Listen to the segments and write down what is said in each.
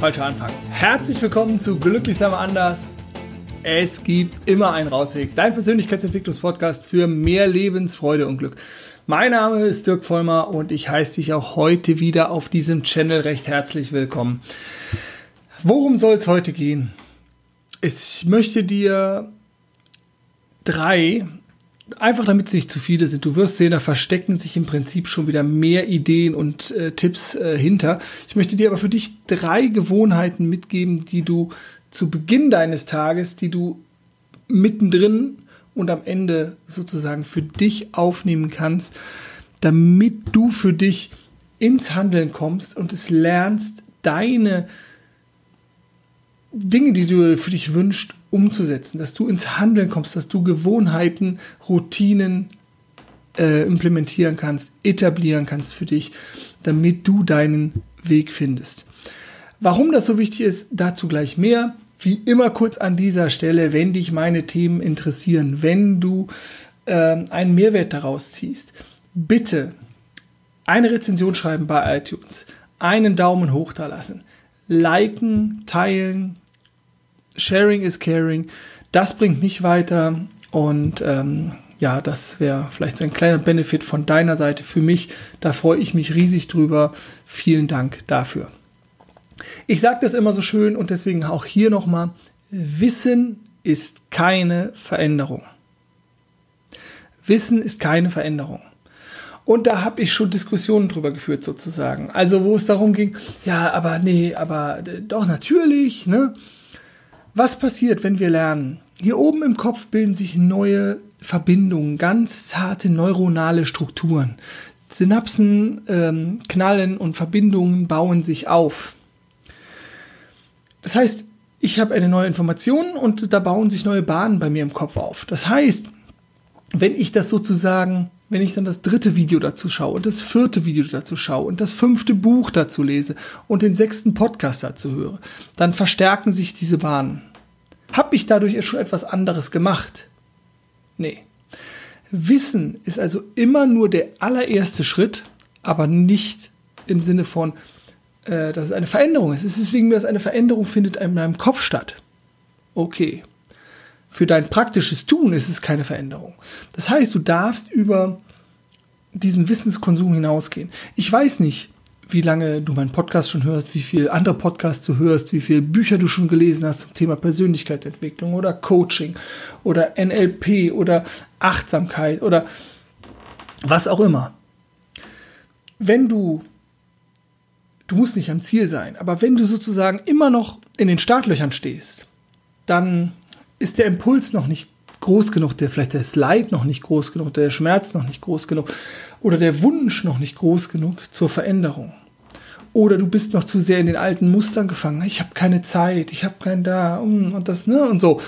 falscher Anfang. Herzlich willkommen zu Glücklich sein wir anders. Es gibt immer einen Rausweg. Dein Persönlichkeitsentwicklungspodcast für mehr Lebensfreude und Glück. Mein Name ist Dirk Vollmer und ich heiße dich auch heute wieder auf diesem Channel recht herzlich willkommen. Worum soll es heute gehen? Ich möchte dir einfach damit es nicht zu viele sind. Du wirst sehen, da verstecken sich im Prinzip schon wieder mehr Ideen und Tipps hinter. Ich möchte dir aber für dich 3 Gewohnheiten mitgeben, die du zu Beginn deines Tages, die du mittendrin und am Ende sozusagen für dich aufnehmen kannst, damit du für dich ins Handeln kommst und es lernst, deine Dinge, die du für dich wünschst, umzusetzen, dass du ins Handeln kommst, dass du Gewohnheiten, Routinen implementieren kannst, etablieren kannst für dich, damit du deinen Weg findest. Warum das so wichtig ist, dazu gleich mehr. Wie immer kurz an dieser Stelle, wenn dich meine Themen interessieren, wenn du einen Mehrwert daraus ziehst, bitte eine Rezension schreiben bei iTunes, einen Daumen hoch da lassen, liken, teilen. Sharing is caring. Das bringt mich weiter und das wäre vielleicht so ein kleiner Benefit von deiner Seite für mich. Da freue ich mich riesig drüber. Vielen Dank dafür. Ich sage das immer so schön und deswegen auch hier nochmal: Wissen ist keine Veränderung. Wissen ist keine Veränderung. Und da habe ich schon Diskussionen drüber geführt sozusagen. Also wo es darum ging, aber doch natürlich, ne? Was passiert, wenn wir lernen? Hier oben im Kopf bilden sich neue Verbindungen, ganz zarte neuronale Strukturen. Synapsen knallen und Verbindungen bauen sich auf. Das heißt, ich habe eine neue Information und da bauen sich neue Bahnen bei mir im Kopf auf. Das heißt, wenn ich dann das 3. Video dazu schaue und das 4. Video dazu schaue und das 5. Buch dazu lese und den 6. Podcast dazu höre, dann verstärken sich diese Bahnen. Habe ich dadurch schon etwas anderes gemacht? Nee. Wissen ist also immer nur der allererste Schritt, aber nicht im Sinne von, dass es eine Veränderung ist. Es ist wegen mir, dass eine Veränderung findet in meinem Kopf statt. Okay. Für dein praktisches Tun ist es keine Veränderung. Das heißt, du darfst über diesen Wissenskonsum hinausgehen. Ich weiß nicht, wie lange du meinen Podcast schon hörst, wie viele andere Podcasts du hörst, wie viele Bücher du schon gelesen hast zum Thema Persönlichkeitsentwicklung oder Coaching oder NLP oder Achtsamkeit oder was auch immer. Wenn du musst nicht am Ziel sein, aber wenn du sozusagen immer noch in den Startlöchern stehst, dann ist der Impuls noch nicht groß genug, vielleicht das Leid noch nicht groß genug, der Schmerz noch nicht groß genug oder der Wunsch noch nicht groß genug zur Veränderung. Oder du bist noch zu sehr in den alten Mustern gefangen. Ich habe keine Zeit, ich habe keinen da und das, ne, und so.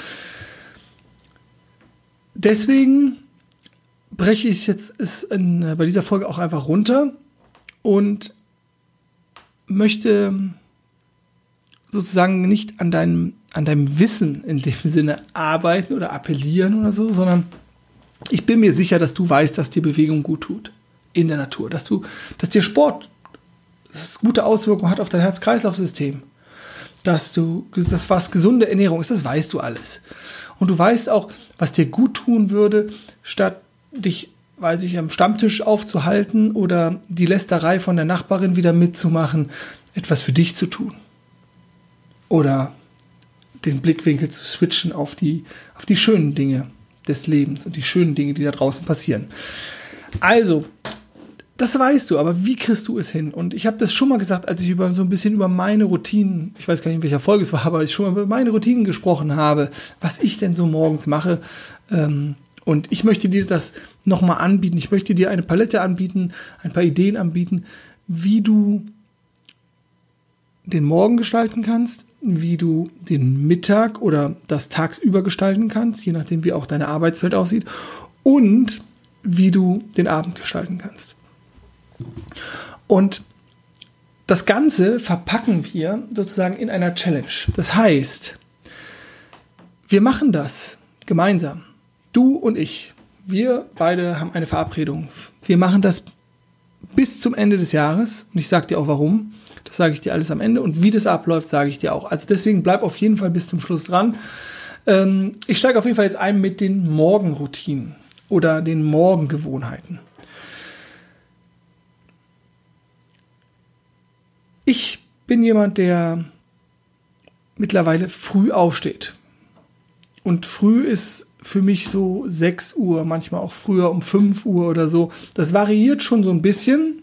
Deswegen breche ich jetzt bei dieser Folge auch einfach runter und möchte sozusagen nicht an deinem Wissen in dem Sinne arbeiten oder appellieren oder so, sondern ich bin mir sicher, dass du weißt, dass dir Bewegung gut tut in der Natur, dass dir Sport gute Auswirkungen hat auf dein Herz-Kreislauf-System, dass was gesunde Ernährung ist, das weißt du alles. Und du weißt auch, was dir gut tun würde, statt dich, am Stammtisch aufzuhalten oder die Lästerei von der Nachbarin wieder mitzumachen, etwas für dich zu tun. Oder den Blickwinkel zu switchen auf die schönen Dinge des Lebens und die schönen Dinge, die da draußen passieren. Also, das weißt du, aber wie kriegst du es hin? Und ich habe das schon mal gesagt, als ich so ein bisschen über meine Routinen, ich weiß gar nicht, in welcher Folge es war, aber ich schon mal über meine Routinen gesprochen habe, was ich denn so morgens mache. Und ich möchte dir das nochmal anbieten. Ich möchte dir eine Palette anbieten, ein paar Ideen anbieten, wie du den Morgen gestalten kannst, wie du den Mittag oder das tagsüber gestalten kannst, je nachdem, wie auch deine Arbeitswelt aussieht, und wie du den Abend gestalten kannst. Und das Ganze verpacken wir sozusagen in einer Challenge. Das heißt, wir machen das gemeinsam. Du und ich. Wir beide haben eine Verabredung. Wir machen das bis zum Ende des Jahres. Und ich sage dir auch warum. Das sage ich dir alles am Ende. Und wie das abläuft, sage ich dir auch. Also deswegen bleib auf jeden Fall bis zum Schluss dran. Ich steige auf jeden Fall jetzt ein mit den Morgenroutinen oder den Morgengewohnheiten. Ich bin jemand, der mittlerweile früh aufsteht. Und früh ist für mich so 6 Uhr, manchmal auch früher um 5 Uhr oder so. Das variiert schon so ein bisschen.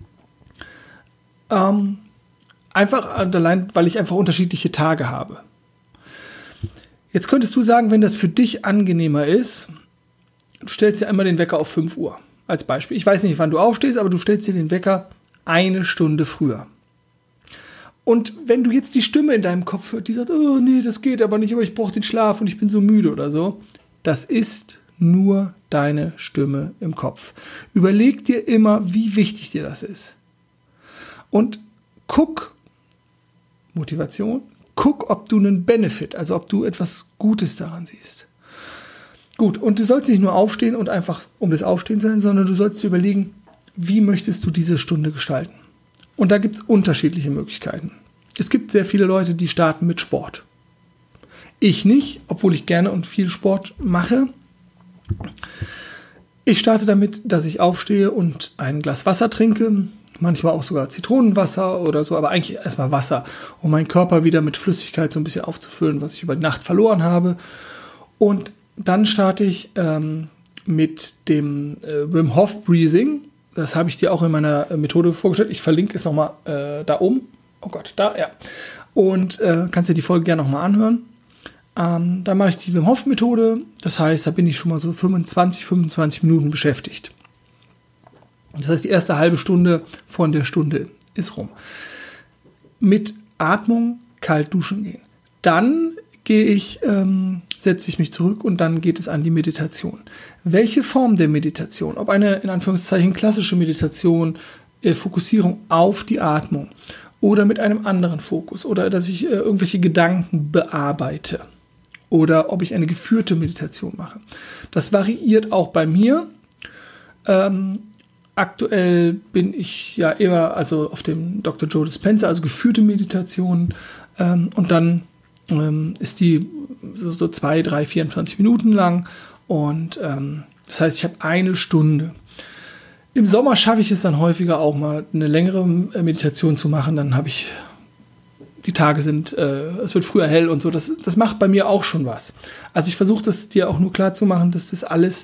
Einfach allein, weil ich einfach unterschiedliche Tage habe. Jetzt könntest du sagen, wenn das für dich angenehmer ist, du stellst ja immer den Wecker auf 5 Uhr als Beispiel. Ich weiß nicht, wann du aufstehst, aber du stellst dir den Wecker 1 Stunde früher. Und wenn du jetzt die Stimme in deinem Kopf hörst, die sagt, oh nee, das geht aber nicht, aber ich brauche den Schlaf und ich bin so müde oder so, das ist nur deine Stimme im Kopf. Überleg dir immer, wie wichtig dir das ist. Und guck, Motivation, guck, ob du einen Benefit, also ob du etwas Gutes daran siehst. Gut, und du sollst nicht nur aufstehen und einfach um das Aufstehen sein, sondern du sollst dir überlegen, wie möchtest du diese Stunde gestalten? Und da gibt es unterschiedliche Möglichkeiten. Es gibt sehr viele Leute, die starten mit Sport. Ich nicht, obwohl ich gerne und viel Sport mache. Ich starte damit, dass ich aufstehe und ein Glas Wasser trinke, manchmal auch sogar Zitronenwasser oder so, aber eigentlich erstmal Wasser, um meinen Körper wieder mit Flüssigkeit so ein bisschen aufzufüllen, was ich über die Nacht verloren habe. Und dann starte ich mit dem Wim Hof Breathing. Das habe ich dir auch in meiner Methode vorgestellt. Ich verlinke es nochmal da oben. Oh Gott, da, ja. Und kannst dir die Folge gerne nochmal anhören. Dann mache ich die Wim Hof Methode. Das heißt, da bin ich schon mal so 25 Minuten beschäftigt. Das heißt, die erste halbe Stunde von der Stunde ist rum. Mit Atmung kalt duschen gehen. Dann setze ich mich zurück und dann geht es an die Meditation. Welche Form der Meditation? Ob eine, in Anführungszeichen, klassische Meditation, Fokussierung auf die Atmung oder mit einem anderen Fokus oder dass ich irgendwelche Gedanken bearbeite oder ob ich eine geführte Meditation mache. Das variiert auch bei mir. Aktuell bin ich ja eher auf dem Dr. Joe Dispenza, also geführte Meditation und dann ist die so 2, 3, 24 Minuten lang und das heißt, ich habe 1 Stunde. Im Sommer schaffe ich es dann häufiger auch mal eine längere Meditation zu machen, dann habe ich, die Tage sind, es wird früher hell und so, das macht bei mir auch schon was. Also ich versuche das dir auch nur klar zu machen, dass das alles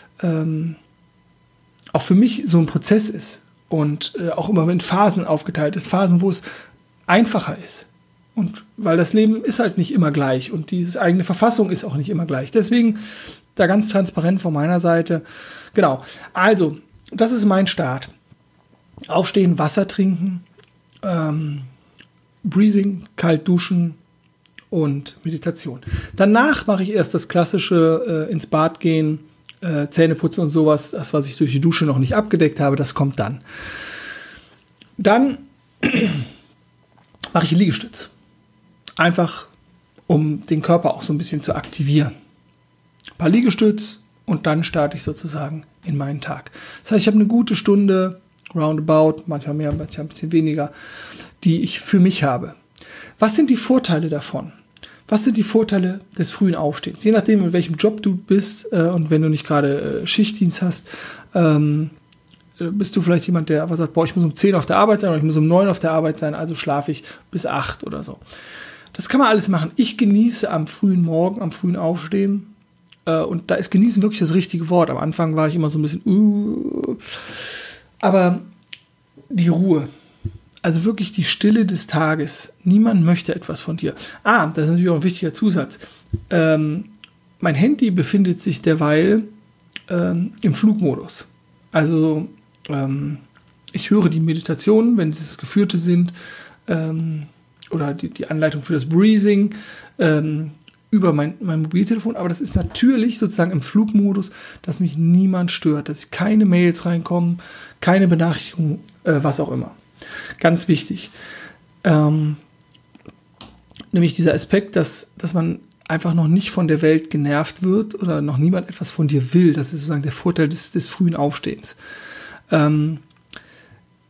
auch für mich so ein Prozess ist und auch immer in Phasen aufgeteilt ist, Phasen, wo es einfacher ist. Und weil das Leben ist halt nicht immer gleich und diese eigene Verfassung ist auch nicht immer gleich. Deswegen da ganz transparent von meiner Seite. Genau, also das ist mein Start. Aufstehen, Wasser trinken, Breathing, kalt duschen und Meditation. Danach mache ich erst das klassische ins Bad gehen, Zähne putzen und sowas. Das, was ich durch die Dusche noch nicht abgedeckt habe, das kommt dann. Dann mache ich Liegestütz. Einfach, um den Körper auch so ein bisschen zu aktivieren. Ein paar Liegestütz und dann starte ich sozusagen in meinen Tag. Das heißt, ich habe eine gute Stunde, roundabout, manchmal mehr, manchmal ein bisschen weniger, die ich für mich habe. Was sind die Vorteile davon? Was sind die Vorteile des frühen Aufstehens? Je nachdem, in welchem Job du bist und wenn du nicht gerade Schichtdienst hast, bist du vielleicht jemand, der aber sagt, ich muss um 10 auf der Arbeit sein oder ich muss um 9 auf der Arbeit sein, also schlafe ich bis 8 oder so. Das kann man alles machen. Ich genieße am frühen Morgen, am frühen Aufstehen und da ist genießen wirklich das richtige Wort. Am Anfang war ich immer so ein bisschen aber die Ruhe, also wirklich die Stille des Tages. Niemand möchte etwas von dir. Das ist natürlich auch ein wichtiger Zusatz. Mein Handy befindet sich derweil im Flugmodus. Also ich höre die Meditationen, wenn es geführte sind, oder die Anleitung für das Breathing über mein Mobiltelefon. Aber das ist natürlich sozusagen im Flugmodus, dass mich niemand stört, dass keine Mails reinkommen, keine Benachrichtigungen, was auch immer. Ganz wichtig. Nämlich dieser Aspekt, dass man einfach noch nicht von der Welt genervt wird oder noch niemand etwas von dir will. Das ist sozusagen der Vorteil des frühen Aufstehens.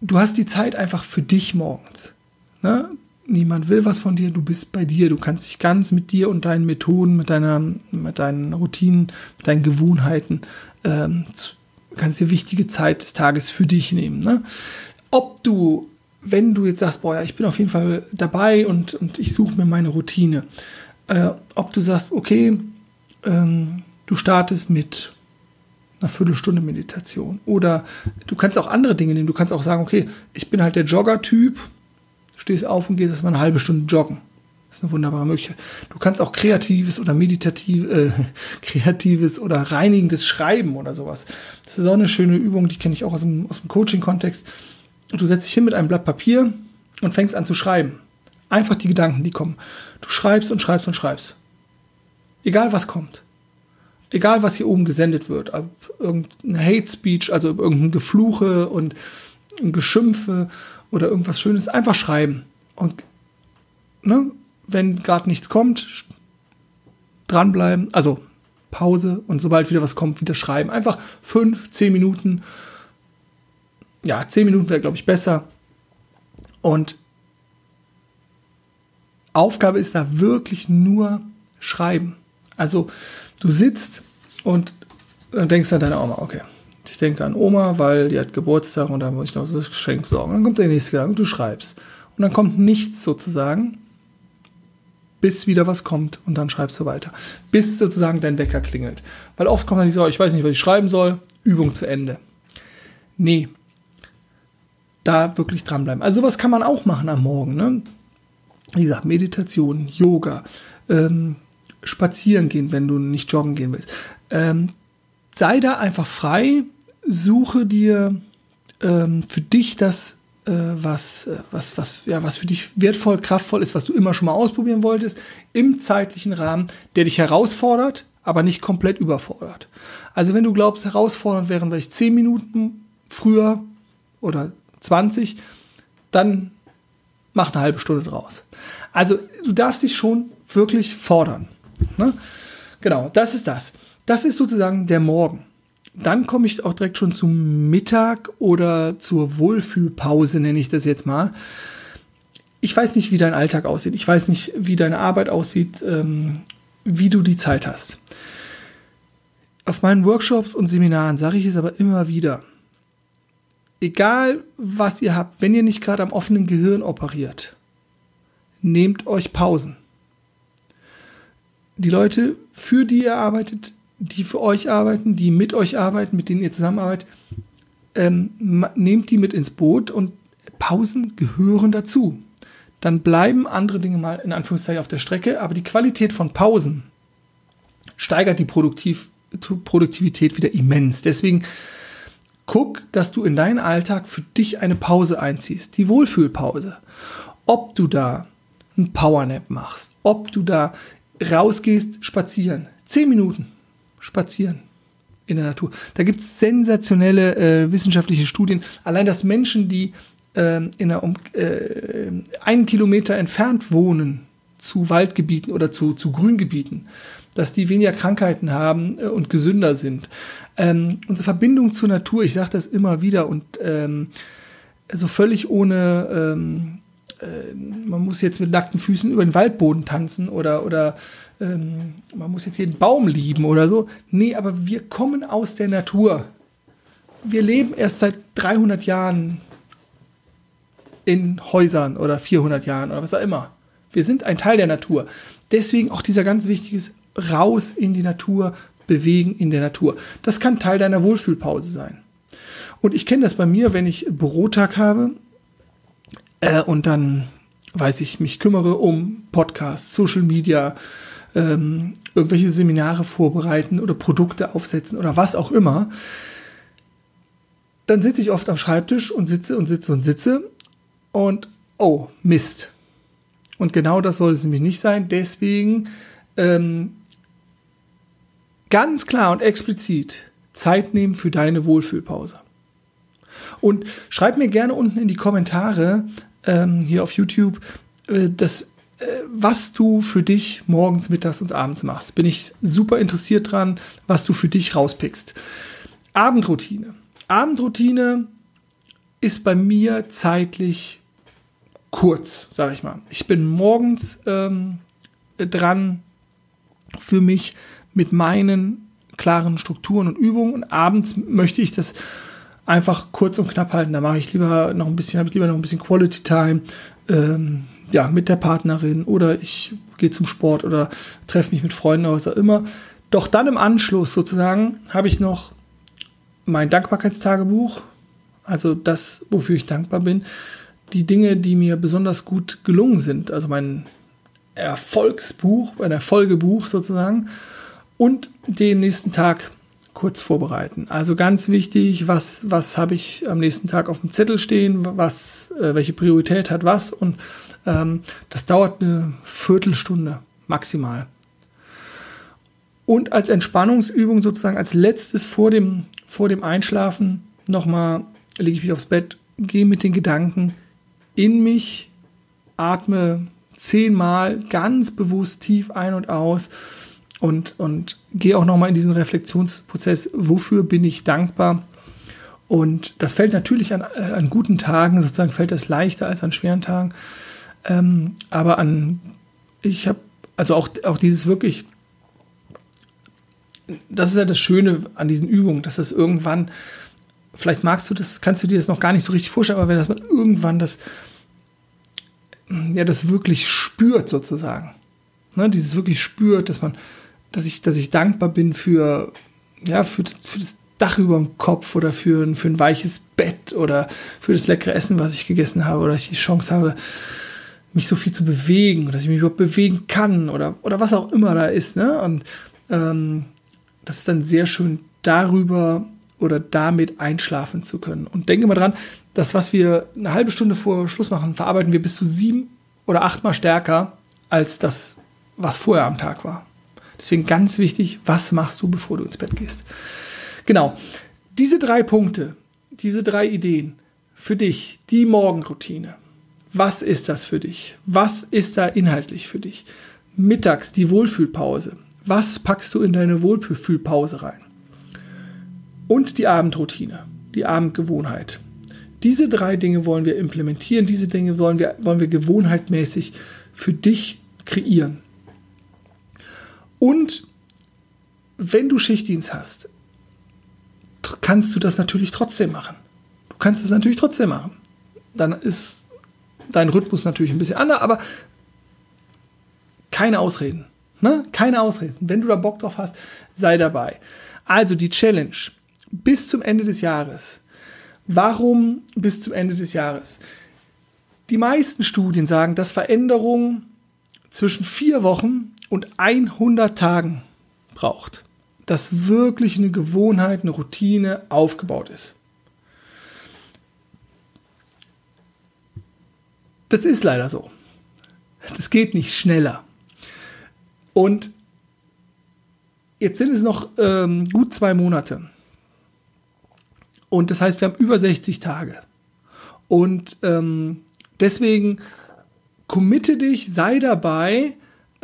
du hast die Zeit einfach für dich morgens. Ne? Niemand will was von dir, du bist bei dir. Du kannst dich ganz mit dir und deinen Methoden, mit deinen Routinen, mit deinen Gewohnheiten, kannst dir wichtige Zeit des Tages für dich nehmen. Ne? Ob du, wenn du jetzt sagst, boah, ja, ich bin auf jeden Fall dabei und ich suche mir meine Routine, ob du sagst, okay, du startest mit einer Viertelstunde Meditation oder du kannst auch andere Dinge nehmen. Du kannst auch sagen, okay, ich bin halt der Jogger-Typ, stehst auf und gehst erstmal eine halbe Stunde joggen. Das ist eine wunderbare Möglichkeit. Du kannst auch kreatives oder kreatives oder reinigendes Schreiben oder sowas. Das ist auch eine schöne Übung, die kenne ich auch aus dem Coaching-Kontext. Und du setzt dich hin mit einem Blatt Papier und fängst an zu schreiben. Einfach die Gedanken, die kommen. Du schreibst und schreibst und schreibst. Egal was kommt. Egal was hier oben gesendet wird. Ob irgendein Hate Speech, also irgendein Gefluche und ein Geschimpfe oder irgendwas Schönes. Einfach schreiben. Und ne, wenn gerade nichts kommt, dranbleiben. Also Pause und sobald wieder was kommt, wieder schreiben. Einfach 5-10 Minuten. Ja, 10 Minuten wäre, glaube ich, besser. Und Aufgabe ist da wirklich nur schreiben. Also du sitzt und dann denkst an deine Oma, okay. Ich denke an Oma, weil die hat Geburtstag und da muss ich noch das Geschenk sorgen. Dann kommt der nächste Gedanke und du schreibst. Und dann kommt nichts sozusagen, bis wieder was kommt und dann schreibst du weiter. Bis sozusagen dein Wecker klingelt. Weil oft kommt dann die so, ich weiß nicht, was ich schreiben soll, Übung zu Ende. Nee. Da wirklich dranbleiben. Also sowas kann man auch machen am Morgen. Ne? Wie gesagt, Meditation, Yoga, spazieren gehen, wenn du nicht joggen gehen willst. Sei da einfach frei, suche dir für dich das, was für dich wertvoll, kraftvoll ist, was du immer schon mal ausprobieren wolltest, im zeitlichen Rahmen, der dich herausfordert, aber nicht komplett überfordert. Also wenn du glaubst, herausfordernd wären vielleicht 10 Minuten früher oder 20, dann mach eine halbe Stunde draus. Also du darfst dich schon wirklich fordern. Ne? Genau, das ist das. Das ist sozusagen der Morgen. Dann komme ich auch direkt schon zum Mittag oder zur Wohlfühlpause, nenne ich das jetzt mal. Ich weiß nicht, wie dein Alltag aussieht. Ich weiß nicht, wie deine Arbeit aussieht, wie du die Zeit hast. Auf meinen Workshops und Seminaren sage ich es aber immer wieder. Egal, was ihr habt, wenn ihr nicht gerade am offenen Gehirn operiert, nehmt euch Pausen. Die Leute, für die ihr arbeitet, die für euch arbeiten, die mit euch arbeiten, mit denen ihr zusammenarbeitet, nehmt die mit ins Boot und Pausen gehören dazu. Dann bleiben andere Dinge mal in Anführungszeichen auf der Strecke, aber die Qualität von Pausen steigert die Produktivität wieder immens. Deswegen guck, dass du in deinen Alltag für dich eine Pause einziehst, die Wohlfühlpause. Ob du da einen Powernap machst, ob du da rausgehst, spazieren. 10 Minuten spazieren in der Natur. Da gibt es sensationelle wissenschaftliche Studien. Allein, dass Menschen, die 1 Kilometer entfernt wohnen, zu Waldgebieten oder zu Grüngebieten, dass die weniger Krankheiten haben und gesünder sind. Unsere Verbindung zur Natur, ich sage das immer wieder, und also völlig ohne, man muss jetzt mit nackten Füßen über den Waldboden tanzen oder man muss jetzt jeden Baum lieben oder so. Nee, aber wir kommen aus der Natur. Wir leben erst seit 300 Jahren in Häusern oder 400 Jahren oder was auch immer. Wir sind ein Teil der Natur. Deswegen auch dieser ganz wichtige raus in die Natur, bewegen in der Natur. Das kann Teil deiner Wohlfühlpause sein. Und ich kenne das bei mir, wenn ich Bürotag habe und dann, mich kümmere um Podcasts, Social Media, irgendwelche Seminare vorbereiten oder Produkte aufsetzen oder was auch immer. Dann sitze ich oft am Schreibtisch und sitze und oh, Mist. Und genau das soll es nämlich nicht sein. Deswegen ganz klar und explizit Zeit nehmen für deine Wohlfühlpause. Und schreib mir gerne unten in die Kommentare hier auf YouTube, was du für dich morgens, mittags und abends machst. Bin ich super interessiert dran, was du für dich rauspickst. Abendroutine. Abendroutine ist bei mir zeitlich kurz, sage ich mal. Ich bin morgens dran für mich mit meinen klaren Strukturen und Übungen und abends möchte ich das einfach kurz und knapp halten. Da mache ich lieber noch ein bisschen Quality Time mit der Partnerin oder ich gehe zum Sport oder treffe mich mit Freunden oder was auch immer. Doch dann im Anschluss sozusagen habe ich noch mein Dankbarkeitstagebuch, also das, wofür ich dankbar bin, die Dinge, die mir besonders gut gelungen sind, also mein Erfolgsbuch, mein Erfolgebuch sozusagen und den nächsten Tag kurz vorbereiten. Also ganz wichtig, was habe ich am nächsten Tag auf dem Zettel stehen, welche Priorität hat was und das dauert eine Viertelstunde maximal. Und als Entspannungsübung sozusagen als letztes vor dem Einschlafen nochmal lege ich mich aufs Bett, gehe mit den Gedanken in mich, atme 10-mal ganz bewusst tief ein und aus und gehe auch nochmal in diesen Reflexionsprozess, wofür bin ich dankbar. Und das fällt natürlich an guten Tagen, sozusagen fällt das leichter als an schweren Tagen. Aber ich habe also auch dieses wirklich, das ist ja das Schöne an diesen Übungen, dass das irgendwann, vielleicht kannst du dir das noch gar nicht so richtig vorstellen, aber wenn das man irgendwann das wirklich spürt sozusagen, ne, dieses wirklich spürt, dass ich dankbar bin für das Dach über dem Kopf oder für ein weiches Bett oder für das leckere Essen, was ich gegessen habe oder ich die Chance habe, mich so viel zu bewegen oder dass ich mich überhaupt bewegen kann oder was auch immer da ist, ne? Und das ist dann sehr schön darüber oder damit einschlafen zu können. Und denke mal dran, das, was wir eine halbe Stunde vor Schluss machen, verarbeiten wir bis zu 7 oder 8-mal stärker als das, was vorher am Tag war. Deswegen ganz wichtig, was machst du, bevor du ins Bett gehst? Genau, diese 3 Punkte, diese 3 Ideen für dich, die Morgenroutine. Was ist das für dich? Was ist da inhaltlich für dich? Mittags die Wohlfühlpause. Was packst du in deine Wohlfühlpause rein? Und die Abendroutine, die Abendgewohnheit. Diese 3 Dinge wollen wir implementieren, diese Dinge wollen wir gewohnheitmäßig für dich kreieren. Und wenn du Schichtdienst hast, kannst du das natürlich trotzdem machen. Dann ist dein Rhythmus natürlich ein bisschen anders, aber keine Ausreden. Ne? Keine Ausreden. Wenn du da Bock drauf hast, sei dabei. Also die Challenge bis zum Ende des Jahres. Warum bis zum Ende des Jahres? Die meisten Studien sagen, dass Veränderung zwischen 4 Wochen und 100 Tagen braucht. Dass wirklich eine Gewohnheit, eine Routine aufgebaut ist. Das ist leider so. Das geht nicht schneller. Und jetzt sind es noch gut 2 Monate. Und das heißt, wir haben über 60 Tage. Und deswegen committe dich, sei dabei,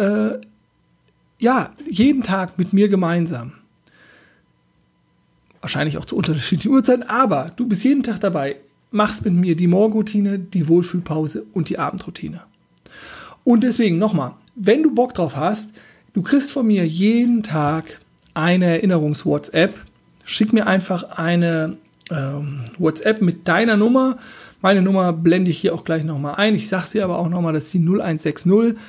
jeden Tag mit mir gemeinsam. Wahrscheinlich auch zu unterschiedlichen Uhrzeiten, aber du bist jeden Tag dabei. Machst mit mir die Morgenroutine, die Wohlfühlpause und die Abendroutine. Und deswegen nochmal, wenn du Bock drauf hast, du kriegst von mir jeden Tag eine Erinnerungs-WhatsApp. Schick mir einfach eine WhatsApp mit deiner Nummer. Meine Nummer blende ich hier auch gleich nochmal ein. Ich sage sie aber auch nochmal, das ist die 0160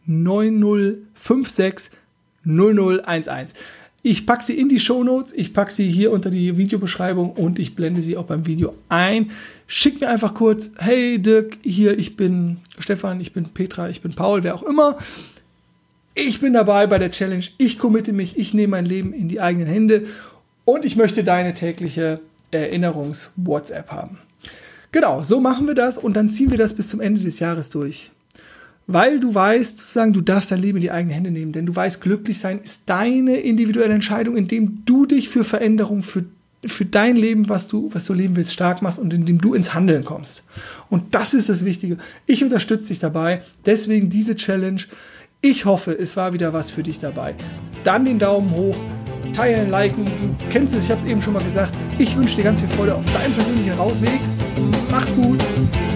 9056 0011. Ich packe sie in die Shownotes, ich packe sie hier unter die Videobeschreibung und ich blende sie auch beim Video ein. Schick mir einfach kurz, hey Dirk, hier, ich bin Stefan, ich bin Petra, ich bin Paul, wer auch immer. Ich bin dabei bei der Challenge, ich committe mich, ich nehme mein Leben in die eigenen Hände und ich möchte deine tägliche Erinnerungs-WhatsApp haben. Genau, so machen wir das und dann ziehen wir das bis zum Ende des Jahres durch. Weil du weißt, sozusagen, du darfst dein Leben in die eigenen Hände nehmen, denn du weißt, glücklich sein ist deine individuelle Entscheidung, indem du dich für Veränderung, für dein Leben, was du leben willst, stark machst und indem du ins Handeln kommst. Und das ist das Wichtige. Ich unterstütze dich dabei, deswegen diese Challenge. Ich hoffe, es war wieder was für dich dabei. Dann den Daumen hoch teilen, liken. Du kennst es, ich habe es eben schon mal gesagt. Ich wünsche dir ganz viel Freude auf deinem persönlichen Rausweg. Mach's gut.